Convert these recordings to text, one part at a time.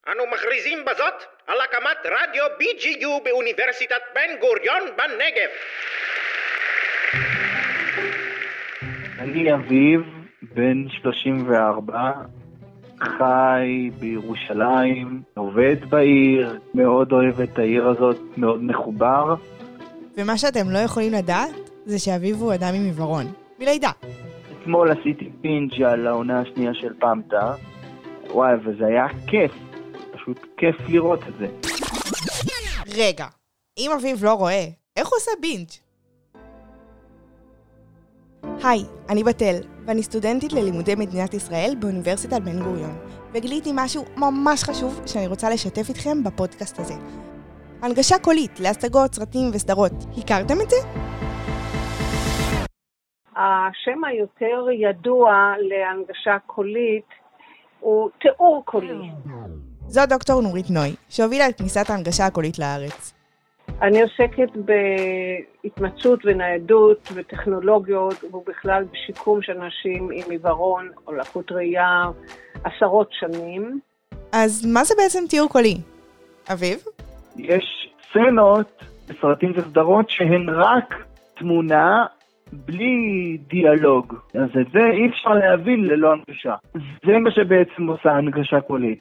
אנו מכריזים בזאת על הקמת רדיו BGU באוניברסיטת בן גוריון בנגב. אני אביב, בן 34, חי בירושלים, עובד בעיר, מאוד אוהב את העיר הזאת, מאוד מחובר. ומה שאתם לא יכולים לדעת זה שאביב הוא אדם עם עיוורון, מלידה. אתמול עשיתי פינג' על העונה השנייה של פמטה, וואי, וזה היה כיף, פשוט כיף לראות את זה. רגע, אם אביב לא רואה, איך הוא עושה בינג'? היי, אני בתל, ואני סטודנטית ללימודי מדינת ישראל באוניברסיטת בן גוריון, וגיליתי משהו ממש חשוב שאני רוצה לשתף איתכם בפודקאסט הזה. הנגשה קולית להשגות, סרטים וסדרות, הכרתם את זה? השם היותר ידוע להנגשה קולית הוא תיאור קולי. זו דוקטור נורית נוי, שהובילה את כניסת ההנגשה הקולית לארץ. אני עוסקת בהתמצאות וניידות וטכנולוגיות, ובכלל בשיקום של אנשים עם עיוורון או לקות ראייה עשרות שנים. אז מה זה בעצם תיאור קולי? אביב? יש סצנות בסרטים וסדרות שהן רק תמונה בלי דיאלוג. אז את זה אי אפשר להבין ללא הנגשה. זה מה שבעצם עושה הנגשה קולית.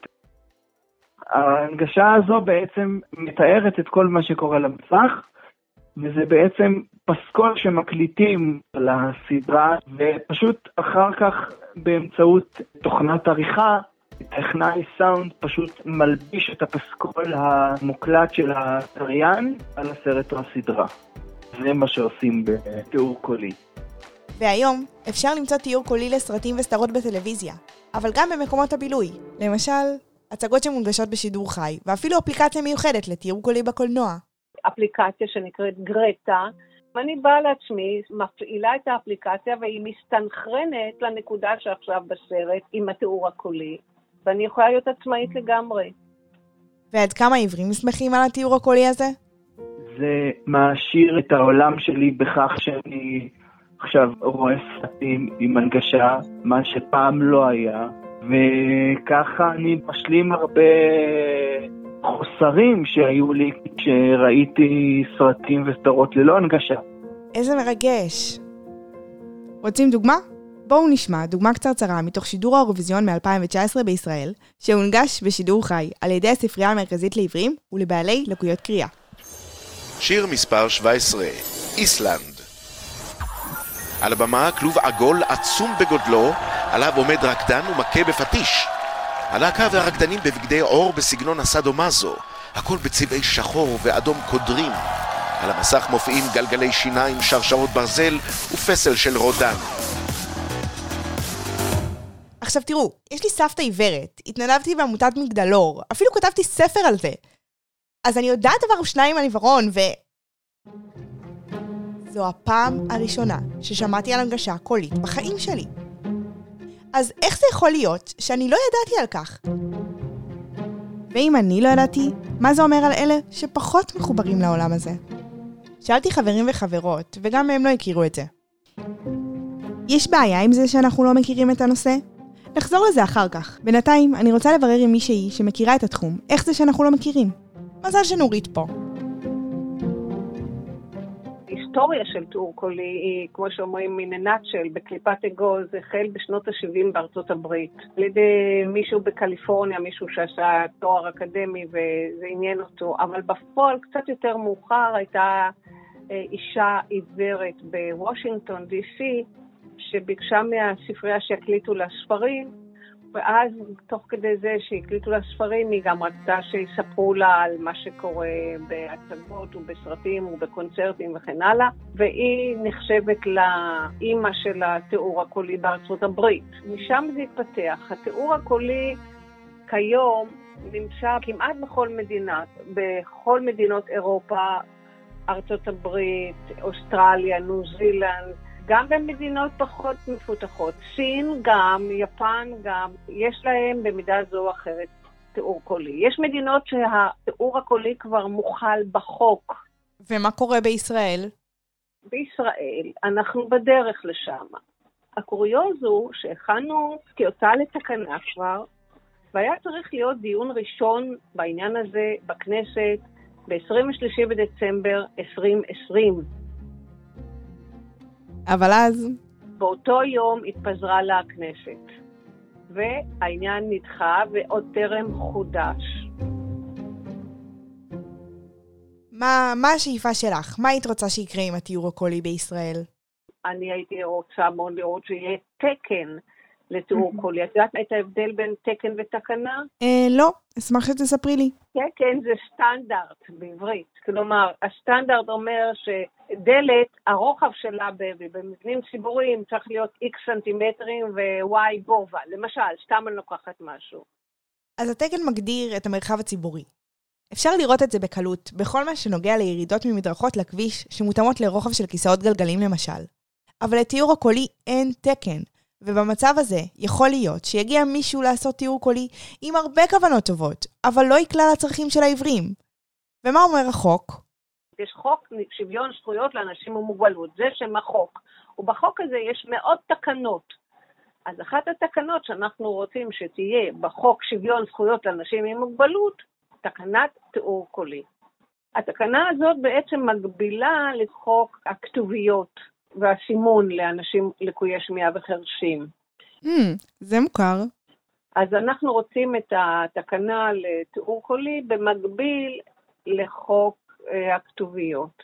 ההנגשה הזו בעצם מתארת את כל מה שקורה למסך, וזה בעצם פסקול שמקליטים לסדרה, ופשוט אחר כך באמצעות תוכנת עריכה, טכנאי סאונד פשוט מלביש את הפסקול המוקלט של הקריין על הסרט או הסדרה. זה מה שעושים בתיאור קולי. והיום אפשר למצוא תיאור קולי לסרטים וסדרות בטלוויזיה, אבל גם במקומות הבילוי. למשל, הצגות שמונגשות בשידור חי, ואפילו אפליקציה מיוחדת לתיאור קולי בקולנוע. אפליקציה שנקראת גרטה. אני באה לעצמי, מפעילה את האפליקציה והיא מסתנכרנת לנקודה שעכשיו בסרט עם התיאור הקולי, ואני יכולה להיות עצמאית לגמרי. ועד כמה עיוורים שמחים על התיאור הקולי הזה? זה מעשיר את העולם שלי בכך שאני עכשיו רואה סרטים עם הנגשה, מה שפעם לא היה, וככה אני משלים הרבה חוסרים שהיו לי כשראיתי סרטים וסדרות ללא הנגשה. איזה מרגש. רוצים דוגמה? בואו נשמע דוגמה קצרצרה מתוך שידור האירוויזיון מ-2019 בישראל, שהונגש בשידור חי על ידי הספרייה המרכזית לעיוורים ולבעלי לקויות קריאה. שיר מספר 17, איסלנד. על הבמה כלוב עגול עצום בגודלו, עליו עומד רקדן ומכה בפטיש. הלהקה והרקדנים בבגדי עור בסגנון הסאדו-מאזו, הכל בצבעי שחור ואדום קודרים. על המסך מופיעים גלגלי שיניים, שרשרות ברזל ופסל של רודן. עכשיו תראו, יש לי סבתא עיוורת, התנדבתי בעמותת מגדלור, אפילו כתבתי ספר על זה. אז אני יודעת דבר ושניים על עיוורון, זו הפעם הראשונה ששמעתי על הנגשה קולית בחיים שלי. אז איך זה יכול להיות שאני לא ידעתי על כך? ואם אני לא ידעתי, מה זה אומר על אלה שפחות מחוברים לעולם הזה? שאלתי חברים וחברות, וגם הם לא הכירו את זה. יש בעיה עם זה שאנחנו לא מכירים את הנושא? נחזור לזה אחר כך. בינתיים, אני רוצה לברר עם מישהי שמכירה את התחום, איך זה שאנחנו לא מכירים. מזל שנורית פה. ההיסטוריה של תיאור קולי היא, כמו שאומרים, מננצ'ל, בקליפת אגוז, החל בשנות ה-70 בארצות הברית. על ידי מישהו בקליפורניה, מישהו שעשה תואר אקדמי וזה עניין אותו. אבל בפועל, קצת יותר מאוחר, הייתה אישה עיוורת בוושינגטון, די.סי, שביקשה מהספרייה שיקליטו לה ספרים, ואז תוך כדי זה שהקליטו לה ספרים, היא גם רצתה שיספרו לה על מה שקורה בהצגות ובסרטים ובקונצרטים וכן הלאה, והיא נחשבת לאימא של התיאור הקולי בארצות הברית. משם זה התפתח. התיאור הקולי כיום נמצא כמעט בכל מדינות אירופה, ארצות הברית, אוסטרליה, ניו זילנד, גם במדינות פחות מפותחות. סין גם, יפן גם, יש להם במידה זו או אחרת תיאור קולי. יש מדינות שהתיאור הקולי כבר מוחל בחוק. ומה קורה בישראל? בישראל אנחנו בדרך לשם. הקוריוז הוא שהכנו טיוטה לתקנה כבר, והיה צריך להיות דיון ראשון בעניין הזה בכנסת ב-23 בדצמבר 2020. אבל אז... באותו יום התפזרה לה הכנסת, והעניין נדחה ועוד טרם חודש. מה השאיפה שלך? מה היית רוצה שיקרה עם התיאור הקולי בישראל? אני הייתי רוצה מאוד לראות שיהיה תקן לתיאור קולי. את יודעת את ההבדל בין תקן ותקנה? לא, אשמח שתספרי לי. תקן זה סטנדרט בעברית. כלומר, הסטנדרט אומר שדלת, הרוחב שלה במבנים ציבוריים צריך להיות X סנטימטרים ו-Y גובה. למשל, סתם אני לוקחת משהו. אז התקן מגדיר את המרחב הציבורי. אפשר לראות את זה בקלות, בכל מה שנוגע לירידות ממדרכות לכביש שמותאמות לרוחב של כיסאות גלגלים למשל. אבל לתיאור הקולי אין תקן, ובמצב הזה יכול להיות שיגיע מישהו לעשות תיאור קולי עם הרבה כוונות טובות, אבל לא יכלל הצרכים של העברים. ומה אומר החוק? יש חוק שוויון זכויות לאנשים עם מוגבלות, זה שם החוק. ובחוק הזה יש מאוד תקנות. אז אחת התקנות שאנחנו רוצים שתהיה בחוק שוויון זכויות לאנשים עם מוגבלות, תקנת תיאור קולי. התקנה הזאת בעצם מגבילה לחוק הכתוביות והסימון לאנשים לקויי שמיעה וחרשים. זה מוכר. אז אנחנו רוצים את התקנה לתיאור קולי במקביל לחוק הכתוביות.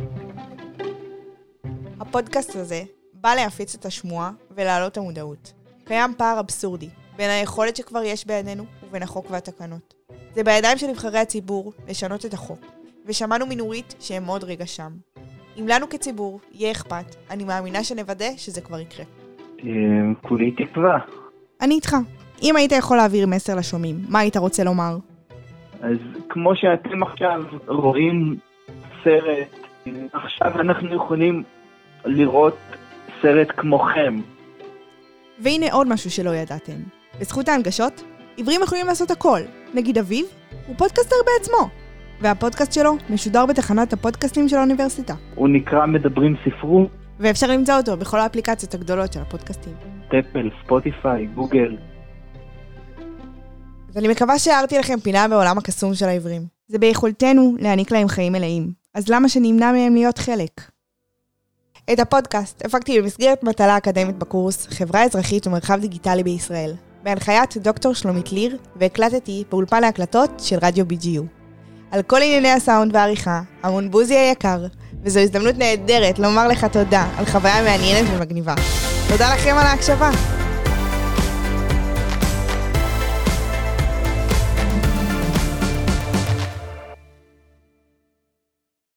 הפודקאסט הזה בא להפיץ את השמועה ולהעלות את המודעות. קיים פער אבסורדי בין היכולת שכבר יש בידינו ובין החוק והתקנות. זה בידיים של נבחרי הציבור לשנות את החוק, ושמענו מנורית שהם עוד רגע שם. אם לנו כציבור יהיה אכפת, אני מאמינה שנוודא שזה כבר יקרה. כולי תקווה. אני איתך. אם היית יכול להעביר מסר לשומעים, מה היית רוצה לומר? אז כמו שאתם עכשיו רואים סרט, עכשיו אנחנו יכולים לראות סרט כמוכם. והנה עוד משהו שלא ידעתם. בזכות ההנגשות, עיוורים יכולים לעשות הכל. נגיד אביב, הוא פודקאסטר בעצמו. והפודקאסט שלו משודר בתחנת הפודקאסטים של האוניברסיטה. הוא נקרא מדברים ספרו. ואפשר למצוא אותו בכל האפליקציות הגדולות של הפודקאסטים. אפל, ספוטיפיי, גוגל. אז אני מקווה שהערתי לכם פינה בעולם הקסום של העיוורים. זה ביכולתנו להעניק להם חיים מלאים. אז למה שנמנע מהם להיות חלק? את הפודקאסט הפקתי במסגרת מטלה אקדמית בקורס חברה אזרחית ומרחב דיגיטלי בישראל, בהנחיית דוקטור שלומית ליר, והקלטתי באולפן ההקלטות של רדיו BGU. על כל ענייני הסאונד והעריכה, אמון בוזי היקר, וזו הזדמנות נהדרת לומר לך תודה על חוויה מעניינת ומגניבה. תודה לכם על ההקשבה.